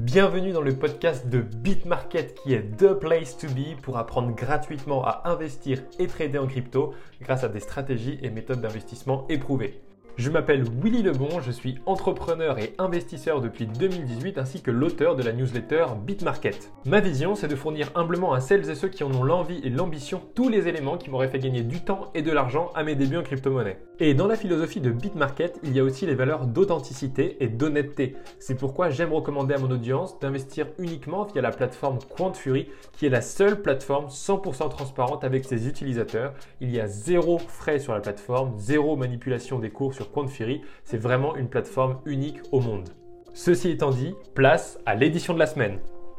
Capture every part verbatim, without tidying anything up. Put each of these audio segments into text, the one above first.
Bienvenue dans le podcast de BitMarket qui est the place to be pour apprendre gratuitement à investir et trader en crypto grâce à des stratégies et méthodes d'investissement éprouvées. Je m'appelle Willy Lebon, je suis entrepreneur et investisseur depuis deux mille dix-huit ainsi que l'auteur de la newsletter BitMarket. Ma vision, c'est de fournir humblement à celles et ceux qui en ont l'envie et l'ambition tous les éléments qui m'auraient fait gagner du temps et de l'argent à mes débuts en crypto-monnaie. Et dans la philosophie de BitMarket, il y a aussi les valeurs d'authenticité et d'honnêteté. C'est pourquoi j'aime recommander à mon audience d'investir uniquement via la plateforme QuantFury qui est la seule plateforme cent pour cent transparente avec ses utilisateurs. Il y a zéro frais sur la plateforme, zéro manipulation des cours sur QuantFury, c'est vraiment une plateforme unique au monde. Ceci étant dit, place à l'édition de la semaine.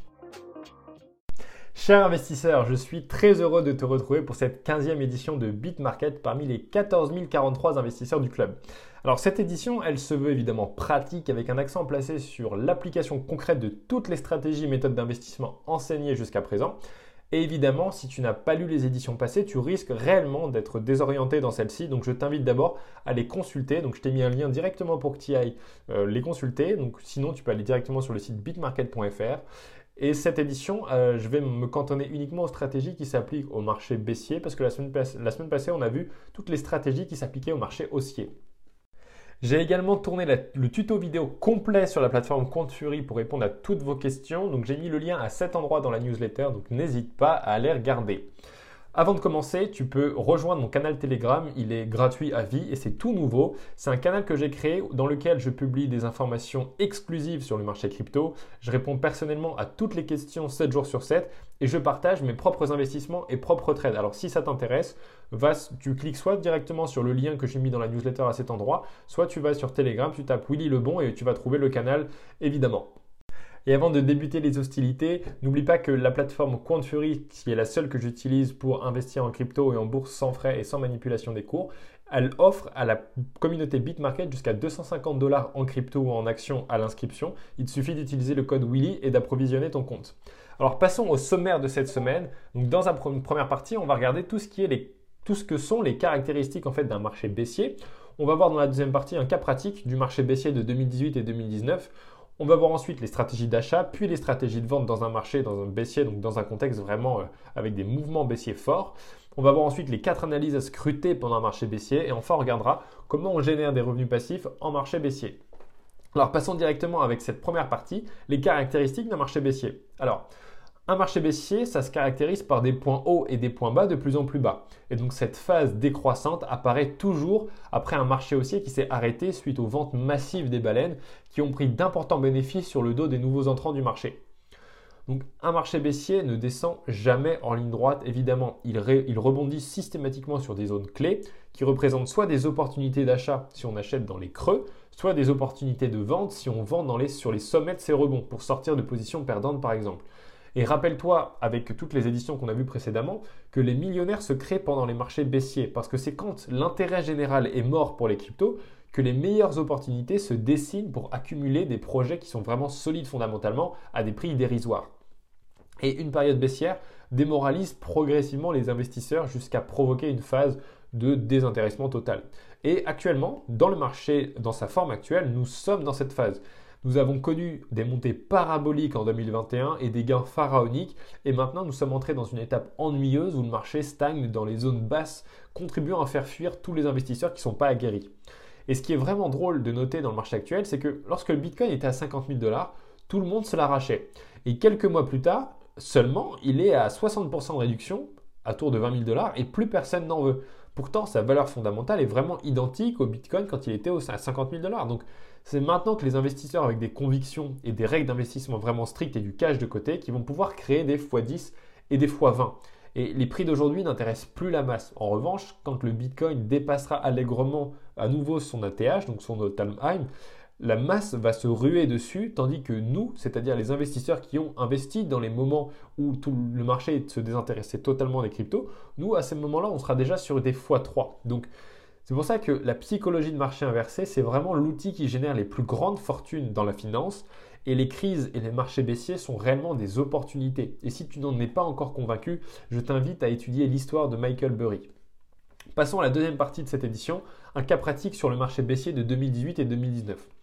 Cher investisseur, je suis très heureux de te retrouver pour cette quinzième édition de BitMarket parmi les quatorze mille quarante-trois investisseurs du club. Alors cette édition, elle se veut évidemment pratique avec un accent placé sur l'application concrète de toutes les stratégies et méthodes d'investissement enseignées jusqu'à présent. Et évidemment, si tu n'as pas lu les éditions passées, tu risques réellement d'être désorienté dans celle-ci. Donc je t'invite d'abord à les consulter. Donc je t'ai mis un lien directement pour que tu ailles euh, les consulter. Donc sinon, tu peux aller directement sur le site bitmarket point f r. Et cette édition, euh, je vais me cantonner uniquement aux stratégies qui s'appliquent au marché baissier parce que la semaine, la semaine passée, on a vu toutes les stratégies qui s'appliquaient au marché haussier. J'ai également tourné la, le tuto vidéo complet sur la plateforme QuantFury pour répondre à toutes vos questions. Donc j'ai mis le lien à cet endroit dans la newsletter, donc n'hésite pas à aller regarder. Avant de commencer, tu peux rejoindre mon canal Telegram, il est gratuit à vie et c'est tout nouveau. C'est un canal que j'ai créé dans lequel je publie des informations exclusives sur le marché crypto. Je réponds personnellement à toutes les questions sept jours sur sept et je partage mes propres investissements et propres trades. Alors si ça t'intéresse, va, tu cliques soit directement sur le lien que j'ai mis dans la newsletter à cet endroit, soit tu vas sur Telegram, tu tapes Willy Lebon et tu vas trouver le canal évidemment. Et avant de débuter les hostilités, n'oublie pas que la plateforme QuantFury, qui est la seule que j'utilise pour investir en crypto et en bourse sans frais et sans manipulation des cours, elle offre à la communauté BitMarket jusqu'à deux cent cinquante dollars en crypto ou en actions à l'inscription. Il te suffit d'utiliser le code Willy et d'approvisionner ton compte. Alors passons au sommaire de cette semaine. Donc dans une première partie, on va regarder tout ce, qui est les, tout ce que sont les caractéristiques en fait, d'un marché baissier. On va voir dans la deuxième partie un cas pratique du marché baissier de deux mille dix-huit et deux mille dix-neuf. On va voir ensuite les stratégies d'achat, puis les stratégies de vente dans un marché, dans un baissier, donc dans un contexte vraiment euh, avec des mouvements baissiers forts. On va voir ensuite les quatre analyses à scruter pendant un marché baissier et enfin on regardera comment on génère des revenus passifs en marché baissier. Alors passons directement avec cette première partie, les caractéristiques d'un marché baissier. Alors, un marché baissier, ça se caractérise par des points hauts et des points bas de plus en plus bas. Et donc cette phase décroissante apparaît toujours après un marché haussier qui s'est arrêté suite aux ventes massives des baleines qui ont pris d'importants bénéfices sur le dos des nouveaux entrants du marché. Donc un marché baissier ne descend jamais en ligne droite, évidemment. Il, ré, il rebondit systématiquement sur des zones clés qui représentent soit des opportunités d'achat si on achète dans les creux, soit des opportunités de vente si on vend dans les, sur les sommets de ces rebonds pour sortir de positions perdantes par exemple. Et rappelle-toi, avec toutes les éditions qu'on a vues précédemment, que les millionnaires se créent pendant les marchés baissiers parce que c'est quand l'intérêt général est mort pour les cryptos que les meilleures opportunités se dessinent pour accumuler des projets qui sont vraiment solides fondamentalement à des prix dérisoires. Et une période baissière démoralise progressivement les investisseurs jusqu'à provoquer une phase de désintéressement total. Et actuellement, dans le marché, dans sa forme actuelle, nous sommes dans cette phase. Nous avons connu des montées paraboliques en deux mille vingt et un et des gains pharaoniques et maintenant nous sommes entrés dans une étape ennuyeuse où le marché stagne dans les zones basses, contribuant à faire fuir tous les investisseurs qui ne sont pas aguerris. Et ce qui est vraiment drôle de noter dans le marché actuel, c'est que lorsque le Bitcoin était à cinquante mille dollars, tout le monde se l'arrachait. Et quelques mois plus tard, seulement, il est à soixante pour cent de réduction, à tour de vingt mille dollars, et plus personne n'en veut. Pourtant, sa valeur fondamentale est vraiment identique au Bitcoin quand il était à cinquante mille dollars. Donc, c'est maintenant que les investisseurs avec des convictions et des règles d'investissement vraiment strictes et du cash de côté qui vont pouvoir créer des fois dix et des fois vingt. Et les prix d'aujourd'hui n'intéressent plus la masse. En revanche, quand le Bitcoin dépassera allègrement à nouveau son A T H, donc son all-time, la masse va se ruer dessus, tandis que nous, c'est-à-dire les investisseurs qui ont investi dans les moments où tout le marché se désintéressait totalement des cryptos, nous, à ces moments-là, on sera déjà sur des fois trois. Donc, c'est pour ça que la psychologie de marché inversé, c'est vraiment l'outil qui génère les plus grandes fortunes dans la finance et les crises et les marchés baissiers sont réellement des opportunités. Et si tu n'en es pas encore convaincu, je t'invite à étudier l'histoire de Michael Burry. Passons à la deuxième partie de cette édition, un cas pratique sur le marché baissier de deux mille dix-huit et deux mille dix-neuf.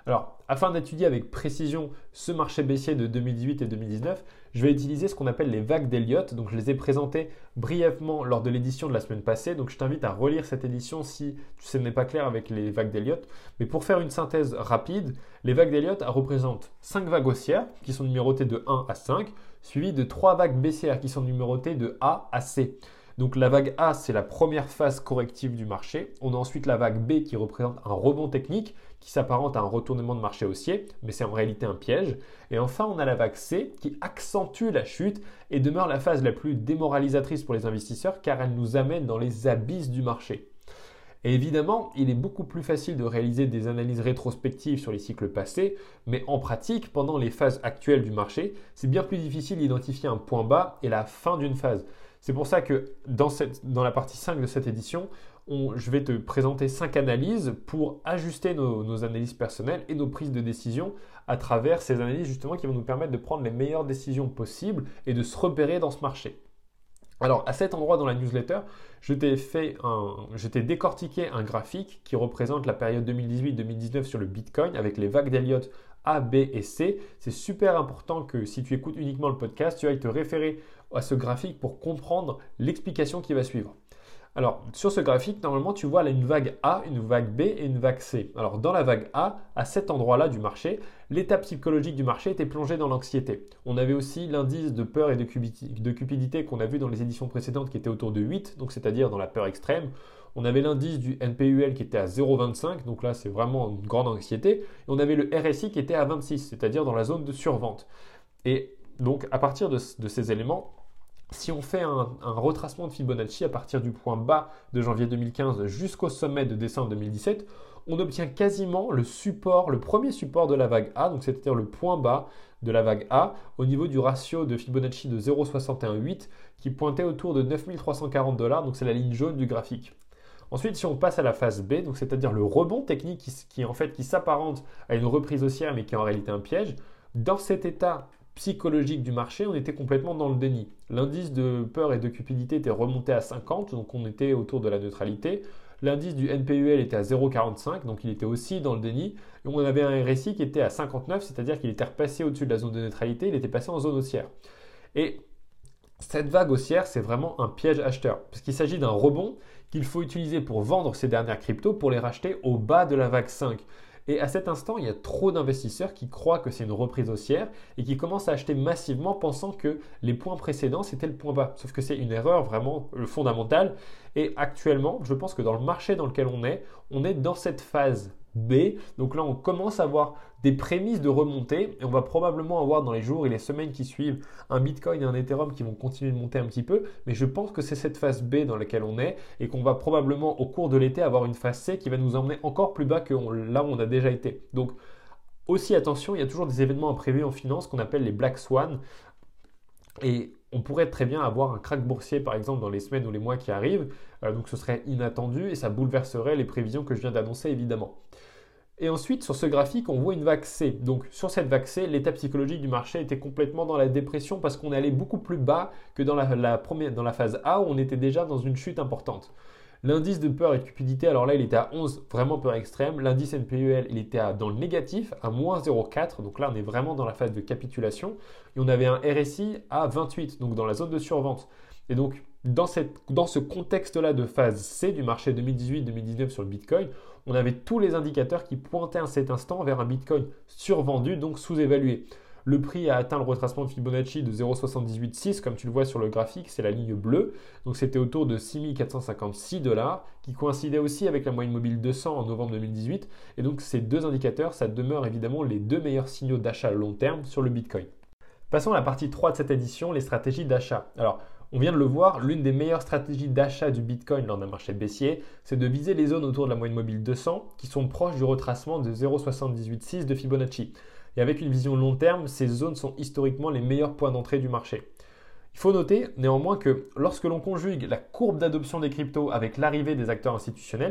Alors, afin d'étudier avec précision ce marché baissier de deux mille dix-huit et deux mille dix-neuf, je vais utiliser ce qu'on appelle les vagues d'Elliott. Donc, je les ai présentées brièvement lors de l'édition de la semaine passée. Donc, je t'invite à relire cette édition si ce n'est pas clair avec les vagues d'Elliott. Mais pour faire une synthèse rapide, les vagues d'Elliott représentent cinq vagues haussières qui sont numérotées de un à cinq, suivies de trois vagues baissières qui sont numérotées de A à C. Donc la vague A, c'est la première phase corrective du marché. On a ensuite la vague B qui représente un rebond technique qui s'apparente à un retournement de marché haussier, mais c'est en réalité un piège. Et enfin, on a la vague C qui accentue la chute et demeure la phase la plus démoralisatrice pour les investisseurs car elle nous amène dans les abysses du marché. Et évidemment, il est beaucoup plus facile de réaliser des analyses rétrospectives sur les cycles passés, mais en pratique, pendant les phases actuelles du marché, c'est bien plus difficile d'identifier un point bas et la fin d'une phase. C'est pour ça que dans, cette, dans la partie cinq de cette édition, on, je vais te présenter cinq analyses pour ajuster nos, nos analyses personnelles et nos prises de décision à travers ces analyses justement qui vont nous permettre de prendre les meilleures décisions possibles et de se repérer dans ce marché. Alors à cet endroit dans la newsletter, je t'ai fait un, je t'ai décortiqué un graphique qui représente la période deux mille dix-huit deux mille dix-neuf sur le Bitcoin avec les vagues d'Elliott A, B et C. C'est super important que si tu écoutes uniquement le podcast, tu ailles te référer à ce graphique pour comprendre l'explication qui va suivre. Alors, sur ce graphique, normalement, tu vois là une vague A, une vague B et une vague C. Alors, dans la vague A, à cet endroit-là du marché, l'état psychologique du marché était plongé dans l'anxiété. On avait aussi l'indice de peur et de cupidité qu'on a vu dans les éditions précédentes qui était autour de huit, donc c'est-à-dire dans la peur extrême. On avait l'indice du N P U L qui était à zéro virgule vingt-cinq, donc là, c'est vraiment une grande anxiété. Et on avait le R S I qui était à vingt-six, c'est-à-dire dans la zone de survente. Et donc, à partir de, de ces éléments, si on fait un, un retracement de Fibonacci à partir du point bas de janvier deux mille quinze jusqu'au sommet de décembre deux mille dix-sept, on obtient quasiment le support, le premier support de la vague A, donc c'est-à-dire le point bas de la vague A au niveau du ratio de Fibonacci de zéro virgule soixante et un huit qui pointait autour de neuf mille trois cent quarante dollars, donc c'est la ligne jaune du graphique. Ensuite, si on passe à la phase B, donc c'est-à-dire le rebond technique qui, qui, en fait, qui s'apparente à une reprise haussière mais qui est en réalité un piège, dans cet état psychologique du marché, on était complètement dans le déni. L'indice de peur et de cupidité était remonté à cinquante, donc on était autour de la neutralité. L'indice du N P U L était à zéro virgule quarante-cinq, donc il était aussi dans le déni. Et on avait un R S I qui était à cinquante-neuf, c'est-à-dire qu'il était repassé au-dessus de la zone de neutralité, il était passé en zone haussière. Et cette vague haussière, c'est vraiment un piège acheteur, parce qu'il s'agit d'un rebond qu'il faut utiliser pour vendre ces dernières cryptos pour les racheter au bas de la vague cinq. Et à cet instant, il y a trop d'investisseurs qui croient que c'est une reprise haussière et qui commencent à acheter massivement pensant que les points précédents, c'était le point bas. Sauf que c'est une erreur vraiment fondamentale. Et actuellement, je pense que dans le marché dans lequel on est, on est dans cette phase B. Donc là, on commence à avoir des prémices de remontée et on va probablement avoir dans les jours et les semaines qui suivent un Bitcoin et un Ethereum qui vont continuer de monter un petit peu. Mais je pense que c'est cette phase B dans laquelle on est et qu'on va probablement au cours de l'été avoir une phase C qui va nous emmener encore plus bas que on, là où on a déjà été. Donc aussi attention, il y a toujours des événements imprévus en finance qu'on appelle les Black Swan. Et on pourrait très bien avoir un crack boursier par exemple dans les semaines ou les mois qui arrivent. Euh, donc ce serait inattendu et ça bouleverserait les prévisions que je viens d'annoncer évidemment. Et ensuite, sur ce graphique, on voit une vague C. Donc, sur cette vague C, l'état psychologique du marché était complètement dans la dépression parce qu'on allait beaucoup plus bas que dans la, la, première, dans la phase A où on était déjà dans une chute importante. L'indice de peur et de cupidité, alors là, il était à onze, vraiment peur extrême. L'indice N P U L, il était à, dans le négatif, à moins zéro virgule quatre. Donc là, on est vraiment dans la phase de capitulation. Et on avait un R S I à vingt-huit, donc dans la zone de survente. Et donc, dans, cette, dans ce contexte-là de phase C du marché deux mille dix-huit deux mille dix-neuf sur le Bitcoin, on avait tous les indicateurs qui pointaient à cet instant vers un Bitcoin survendu, donc sous-évalué. Le prix a atteint le retracement de Fibonacci de zéro virgule soixante-dix-huit six, comme tu le vois sur le graphique, c'est la ligne bleue. Donc c'était autour de six mille quatre cent cinquante-six dollars, qui coïncidait aussi avec la moyenne mobile deux cents en novembre deux mille dix-huit. Et donc ces deux indicateurs, ça demeure évidemment les deux meilleurs signaux d'achat à long terme sur le Bitcoin. Passons à la partie trois de cette édition, les stratégies d'achat. Alors, on vient de le voir, l'une des meilleures stratégies d'achat du Bitcoin lors d'un marché baissier, c'est de viser les zones autour de la moyenne mobile deux cents qui sont proches du retracement de zéro virgule soixante-dix-huit six de Fibonacci. Et avec une vision long terme, ces zones sont historiquement les meilleurs points d'entrée du marché. Il faut noter néanmoins que lorsque l'on conjugue la courbe d'adoption des cryptos avec l'arrivée des acteurs institutionnels,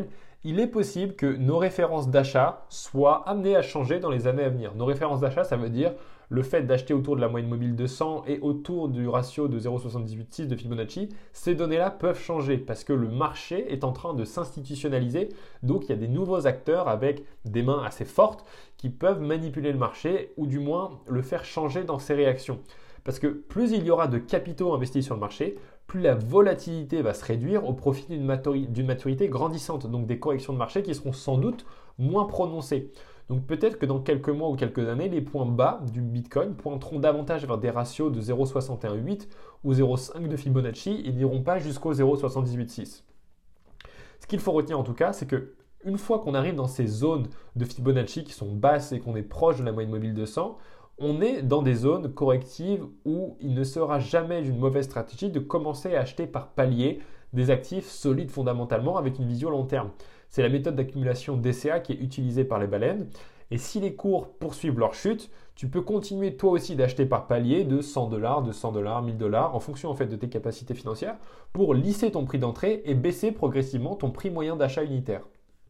il est possible que nos références d'achat soient amenées à changer dans les années à venir. Nos références d'achat, ça veut dire le fait d'acheter autour de la moyenne mobile de cent et autour du ratio de zéro virgule soixante-dix-huit six de Fibonacci. Ces données-là peuvent changer parce que le marché est en train de s'institutionnaliser. Donc, il y a des nouveaux acteurs avec des mains assez fortes qui peuvent manipuler le marché ou du moins le faire changer dans ses réactions. Parce que plus il y aura de capitaux investis sur le marché, plus la volatilité va se réduire au profit d'une maturi- d'une maturité grandissante, donc des corrections de marché qui seront sans doute moins prononcées. Donc peut-être que dans quelques mois ou quelques années, les points bas du Bitcoin pointeront davantage vers des ratios de zéro virgule soixante et un huit ou zéro virgule cinq de Fibonacci et n'iront pas jusqu'au zéro virgule soixante-dix-huit six. Ce qu'il faut retenir en tout cas, c'est que une fois qu'on arrive dans ces zones de Fibonacci qui sont basses et qu'on est proche de la moyenne mobile de cent, on est dans des zones correctives où il ne sera jamais une mauvaise stratégie de commencer à acheter par palier des actifs solides fondamentalement avec une vision long terme. C'est la méthode d'accumulation D C A qui est utilisée par les baleines. Et si les cours poursuivent leur chute, tu peux continuer toi aussi d'acheter par palier de cent dollars, de cent dollars, mille dollars en fonction en fait de tes capacités financières pour lisser ton prix d'entrée et baisser progressivement ton prix moyen d'achat unitaire.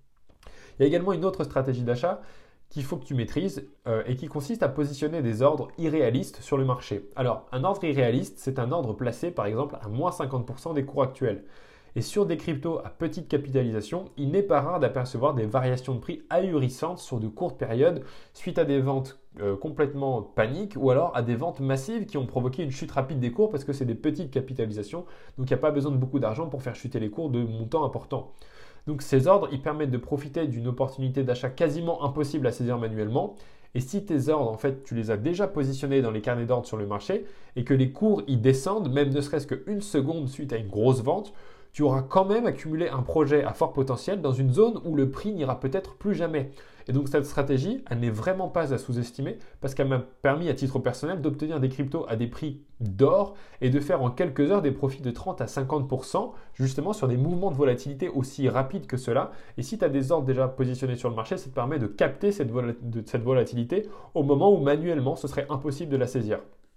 Il y a également une autre stratégie d'achat qu'il faut que tu maîtrises euh, et qui consiste à positionner des ordres irréalistes sur le marché. Alors, un ordre irréaliste, c'est un ordre placé par exemple à moins cinquante pour cent des cours actuels. Et sur des cryptos à petite capitalisation, il n'est pas rare d'apercevoir des variations de prix ahurissantes sur de courtes périodes suite à des ventes euh, complètement paniques ou alors à des ventes massives qui ont provoqué une chute rapide des cours parce que c'est des petites capitalisations, donc il n'y a pas besoin de beaucoup d'argent pour faire chuter les cours de montants importants. Donc ces ordres, ils permettent de profiter d'une opportunité d'achat quasiment impossible à saisir manuellement. Et si tes ordres, en fait, tu les as déjà positionnés dans les carnets d'ordre sur le marché et que les cours y descendent, même ne serait-ce qu'une seconde suite à une grosse vente, tu auras quand même accumulé un projet à fort potentiel dans une zone où le prix n'ira peut-être plus jamais. Et donc cette stratégie, elle n'est vraiment pas à sous-estimer parce qu'elle m'a permis à titre personnel d'obtenir des cryptos à des prix d'or et de faire en quelques heures des profits de trente à cinquante pour cent justement sur des mouvements de volatilité aussi rapides que cela. Et si tu as des ordres déjà positionnés sur le marché, ça te permet de capter cette, vol- de, cette volatilité au moment où manuellement ce serait impossible de la saisir.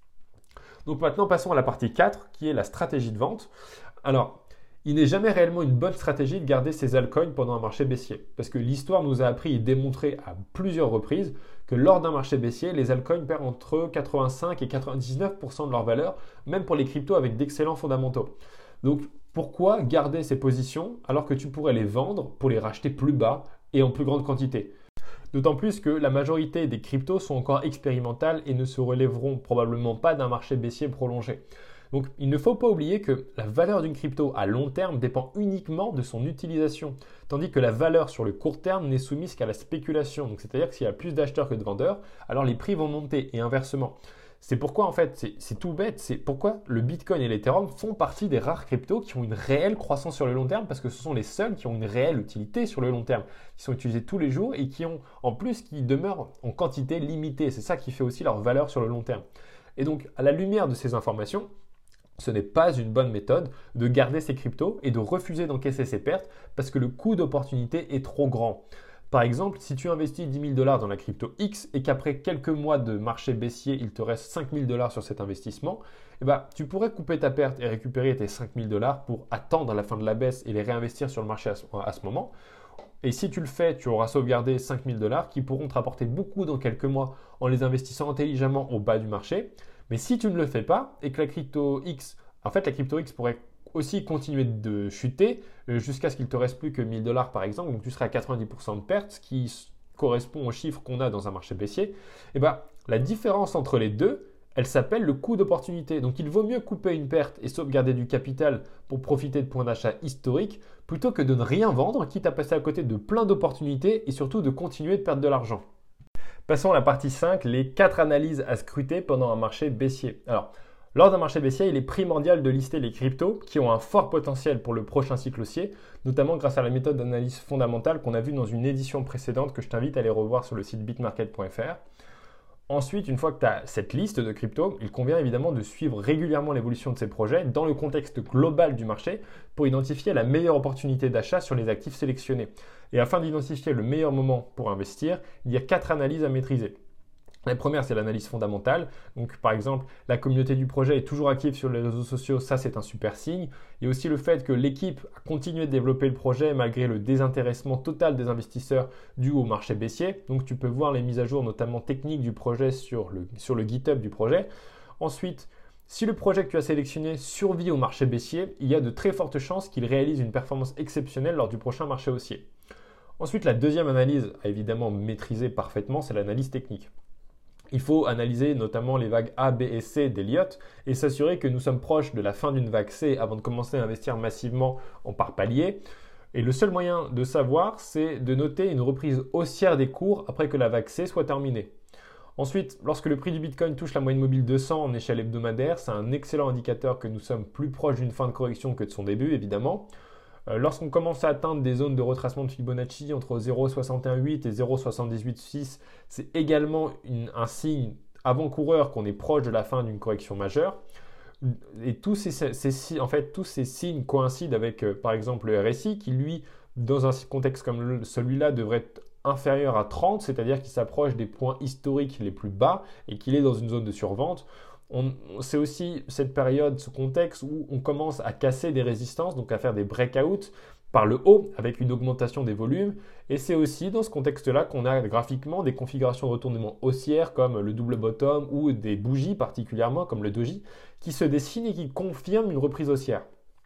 Donc maintenant passons à la partie quatre qui est la stratégie de vente. Alors, il n'est jamais réellement une bonne stratégie de garder ses altcoins pendant un marché baissier. Parce que l'histoire nous a appris et démontré à plusieurs reprises que lors d'un marché baissier, les altcoins perdent entre quatre-vingt-cinq et quatre-vingt-dix-neuf pour cent de leur valeur, même pour les cryptos avec d'excellents fondamentaux. Donc pourquoi garder ces positions alors que tu pourrais les vendre pour les racheter plus bas et en plus grande quantité ? D'autant plus que la majorité des cryptos sont encore expérimentales et ne se relèveront probablement pas d'un marché baissier prolongé. Donc, il ne faut pas oublier que la valeur d'une crypto à long terme dépend uniquement de son utilisation, tandis que la valeur sur le court terme n'est soumise qu'à la spéculation. Donc, c'est-à-dire que s'il y a plus d'acheteurs que de vendeurs, alors les prix vont monter et inversement. C'est pourquoi, en fait, c'est, c'est tout bête, c'est pourquoi le Bitcoin et l'Ethereum font partie des rares cryptos qui ont une réelle croissance sur le long terme, parce que ce sont les seuls qui ont une réelle utilité sur le long terme, qui sont utilisés tous les jours et qui ont, en plus, qui demeurent en quantité limitée. C'est ça qui fait aussi leur valeur sur le long terme. Et donc, à la lumière de ces informations, ce n'est pas une bonne méthode de garder ces cryptos et de refuser d'encaisser ces pertes parce que le coût d'opportunité est trop grand. Par exemple, si tu investis dix mille dollars dans la crypto X et qu'après quelques mois de marché baissier, il te reste cinq mille dollars sur cet investissement, eh ben, tu pourrais couper ta perte et récupérer tes cinq mille dollars pour attendre la fin de la baisse et les réinvestir sur le marché à ce, à ce moment. Et si tu le fais, tu auras sauvegardé cinq mille dollars qui pourront te rapporter beaucoup dans quelques mois en les investissant intelligemment au bas du marché. Mais si tu ne le fais pas et que la crypto X, en fait la crypto X pourrait aussi continuer de chuter jusqu'à ce qu'il te reste plus que mille dollars par exemple, donc tu seras à quatre-vingt-dix pour cent de perte, ce qui correspond aux chiffres qu'on a dans un marché baissier, et ben, la différence entre les deux, elle s'appelle le coût d'opportunité. Donc il vaut mieux couper une perte et sauvegarder du capital pour profiter de points d'achat historiques plutôt que de ne rien vendre, quitte à passer à côté de plein d'opportunités et surtout de continuer de perdre de l'argent. Passons à la partie cinq, les quatre analyses à scruter pendant un marché baissier. Alors, lors d'un marché baissier, il est primordial de lister les cryptos qui ont un fort potentiel pour le prochain cycle haussier, notamment grâce à la méthode d'analyse fondamentale qu'on a vue dans une édition précédente que je t'invite à aller revoir sur le site bitmarket point f r. Ensuite, une fois que tu as cette liste de cryptos, il convient évidemment de suivre régulièrement l'évolution de ces projets dans le contexte global du marché pour identifier la meilleure opportunité d'achat sur les actifs sélectionnés. Et afin d'identifier le meilleur moment pour investir, il y a quatre analyses à maîtriser. La première, c'est l'analyse fondamentale. Donc, par exemple, la communauté du projet est toujours active sur les réseaux sociaux. Ça, c'est un super signe. Il y a aussi le fait que l'équipe a continué de développer le projet malgré le désintéressement total des investisseurs dû au marché baissier. Donc, tu peux voir les mises à jour, notamment techniques du projet sur le, sur le GitHub du projet. Ensuite, si le projet que tu as sélectionné survit au marché baissier, il y a de très fortes chances qu'il réalise une performance exceptionnelle lors du prochain marché haussier. Ensuite, la deuxième analyse à évidemment maîtriser parfaitement, c'est l'analyse technique. Il faut analyser notamment les vagues A, B et C d'Elliott et s'assurer que nous sommes proches de la fin d'une vague C avant de commencer à investir massivement en par palier. Et le seul moyen de savoir, c'est de noter une reprise haussière des cours après que la vague C soit terminée. Ensuite, lorsque le prix du Bitcoin touche la moyenne mobile deux cents en échelle hebdomadaire, c'est un excellent indicateur que nous sommes plus proches d'une fin de correction que de son début, évidemment. Euh, lorsqu'on commence à atteindre des zones de retracement de Fibonacci entre zéro virgule soixante et un huit et zéro virgule soixante-dix-huit six, c'est également une, un signe avant-coureur qu'on est proche de la fin d'une correction majeure. Et tous ces, ces, en fait, tous ces signes coïncident avec, euh, par exemple, le R S I qui, lui, dans un contexte comme celui-là, devrait être inférieur à trente, c'est-à-dire qu'il s'approche des points historiques les plus bas et qu'il est dans une zone de survente. C'est aussi cette période, ce contexte où on commence à casser des résistances, donc à faire des breakouts par le haut avec une augmentation des volumes. Et c'est aussi dans ce contexte-là qu'on a graphiquement des configurations de retournement haussières comme le double bottom ou des bougies particulièrement comme le doji qui se dessinent et qui confirment une reprise haussière.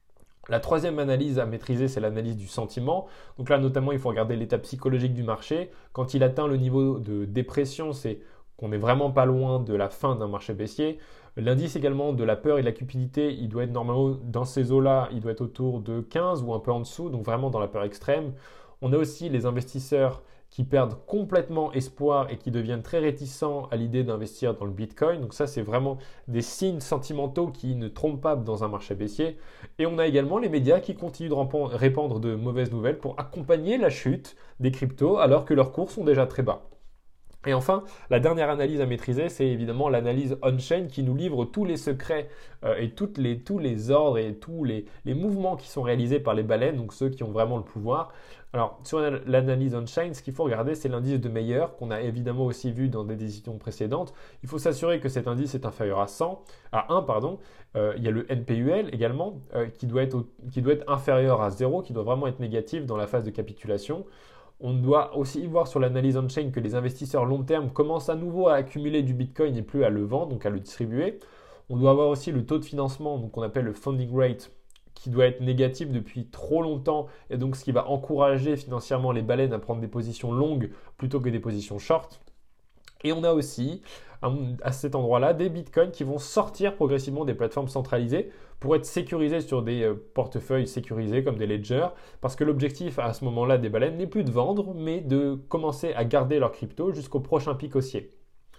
La troisième analyse à maîtriser, c'est l'analyse du sentiment. Donc là, notamment, il faut regarder l'état psychologique du marché. Quand il atteint le niveau de dépression, c'est qu'on n'est vraiment pas loin de la fin d'un marché baissier. L'indice également de la peur et de la cupidité, il doit être normalement dans ces eaux-là, il doit être autour de quinze ou un peu en dessous, donc vraiment dans la peur extrême. On a aussi les investisseurs qui perdent complètement espoir et qui deviennent très réticents à l'idée d'investir dans le Bitcoin. Donc ça, c'est vraiment des signes sentimentaux qui ne trompent pas dans un marché baissier. Et on a également les médias qui continuent de répandre de mauvaises nouvelles pour accompagner la chute des cryptos alors que leurs cours sont déjà très bas. Et enfin, la dernière analyse à maîtriser, c'est évidemment l'analyse on-chain qui nous livre tous les secrets euh, et toutes les, tous les ordres et tous les, les mouvements qui sont réalisés par les baleines, donc ceux qui ont vraiment le pouvoir. Alors, sur l'analyse on-chain, ce qu'il faut regarder, c'est l'indice de Mayer, qu'on a évidemment aussi vu dans des décisions précédentes. Il faut s'assurer que cet indice est inférieur à cent, à un, pardon. Euh, il y a le N P U L également, euh, qui, doit être au, qui doit être inférieur à zéro, qui doit vraiment être négatif dans la phase de capitulation. On doit aussi voir sur l'analyse on-chain que les investisseurs long terme commencent à nouveau à accumuler du Bitcoin et plus à le vendre, donc à le distribuer. On doit avoir aussi le taux de financement, donc qu'on appelle le funding rate, qui doit être négatif depuis trop longtemps et donc ce qui va encourager financièrement les baleines à prendre des positions longues plutôt que des positions short. Et on a aussi à cet endroit-là des bitcoins qui vont sortir progressivement des plateformes centralisées pour être sécurisés sur des portefeuilles sécurisés comme des ledgers, parce que l'objectif à ce moment-là des baleines n'est plus de vendre, mais de commencer à garder leur crypto jusqu'au prochain pic haussier.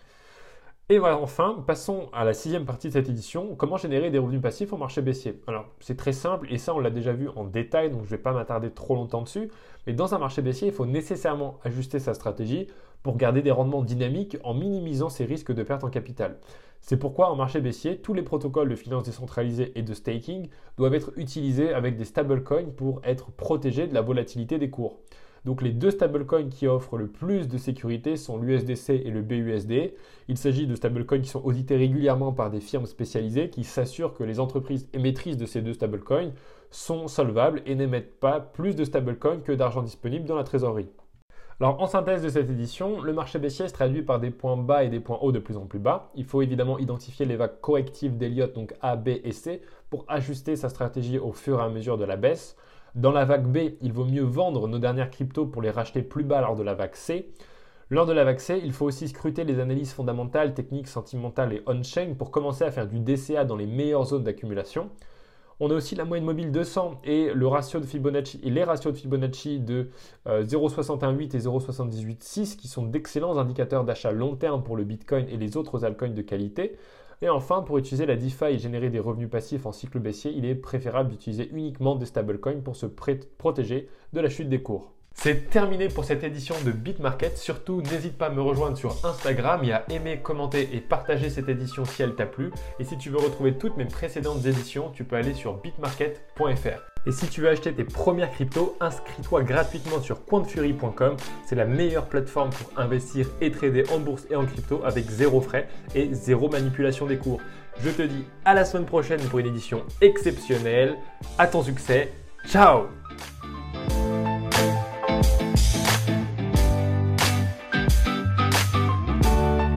Et voilà, enfin, passons à la sixième partie de cette édition, comment générer des revenus passifs au marché baissier. Alors, c'est très simple et ça, on l'a déjà vu en détail, donc je ne vais pas m'attarder trop longtemps dessus. Mais dans un marché baissier, il faut nécessairement ajuster sa stratégie pour garder des rendements dynamiques en minimisant ses risques de perte en capital. C'est pourquoi en marché baissier, tous les protocoles de finance décentralisée et de staking doivent être utilisés avec des stablecoins pour être protégés de la volatilité des cours. Donc les deux stablecoins qui offrent le plus de sécurité sont l'U S D C et le B U S D. Il s'agit de stablecoins qui sont audités régulièrement par des firmes spécialisées qui s'assurent que les entreprises émettrices de ces deux stablecoins sont solvables et n'émettent pas plus de stablecoins que d'argent disponible dans la trésorerie. Alors en synthèse de cette édition, le marché baissier se traduit par des points bas et des points hauts de plus en plus bas. Il faut évidemment identifier les vagues correctives d'Elliott, donc A, B et C, pour ajuster sa stratégie au fur et à mesure de la baisse. Dans la vague B, il vaut mieux vendre nos dernières cryptos pour les racheter plus bas lors de la vague C. Lors de la vague C, il faut aussi scruter les analyses fondamentales, techniques, sentimentales et on-chain pour commencer à faire du D C A dans les meilleures zones d'accumulation. On a aussi la moyenne mobile deux cents et le ratio de Fibonacci et les ratios de Fibonacci de euh, zéro virgule soixante et un huit et zéro virgule soixante-dix-huit six qui sont d'excellents indicateurs d'achat long terme pour le Bitcoin et les autres altcoins de qualité. Et enfin, pour utiliser la DeFi et générer des revenus passifs en cycle baissier, il est préférable d'utiliser uniquement des stablecoins pour se protéger de la chute des cours. C'est terminé pour cette édition de BitMarket. Surtout, n'hésite pas à me rejoindre sur Instagram et à aimer, commenter et partager cette édition si elle t'a plu. Et si tu veux retrouver toutes mes précédentes éditions, tu peux aller sur bitmarket point f r. Et si tu veux acheter tes premières cryptos, inscris-toi gratuitement sur quantfury point com. C'est la meilleure plateforme pour investir et trader en bourse et en crypto avec zéro frais et zéro manipulation des cours. Je te dis à la semaine prochaine pour une édition exceptionnelle. À ton succès. Ciao!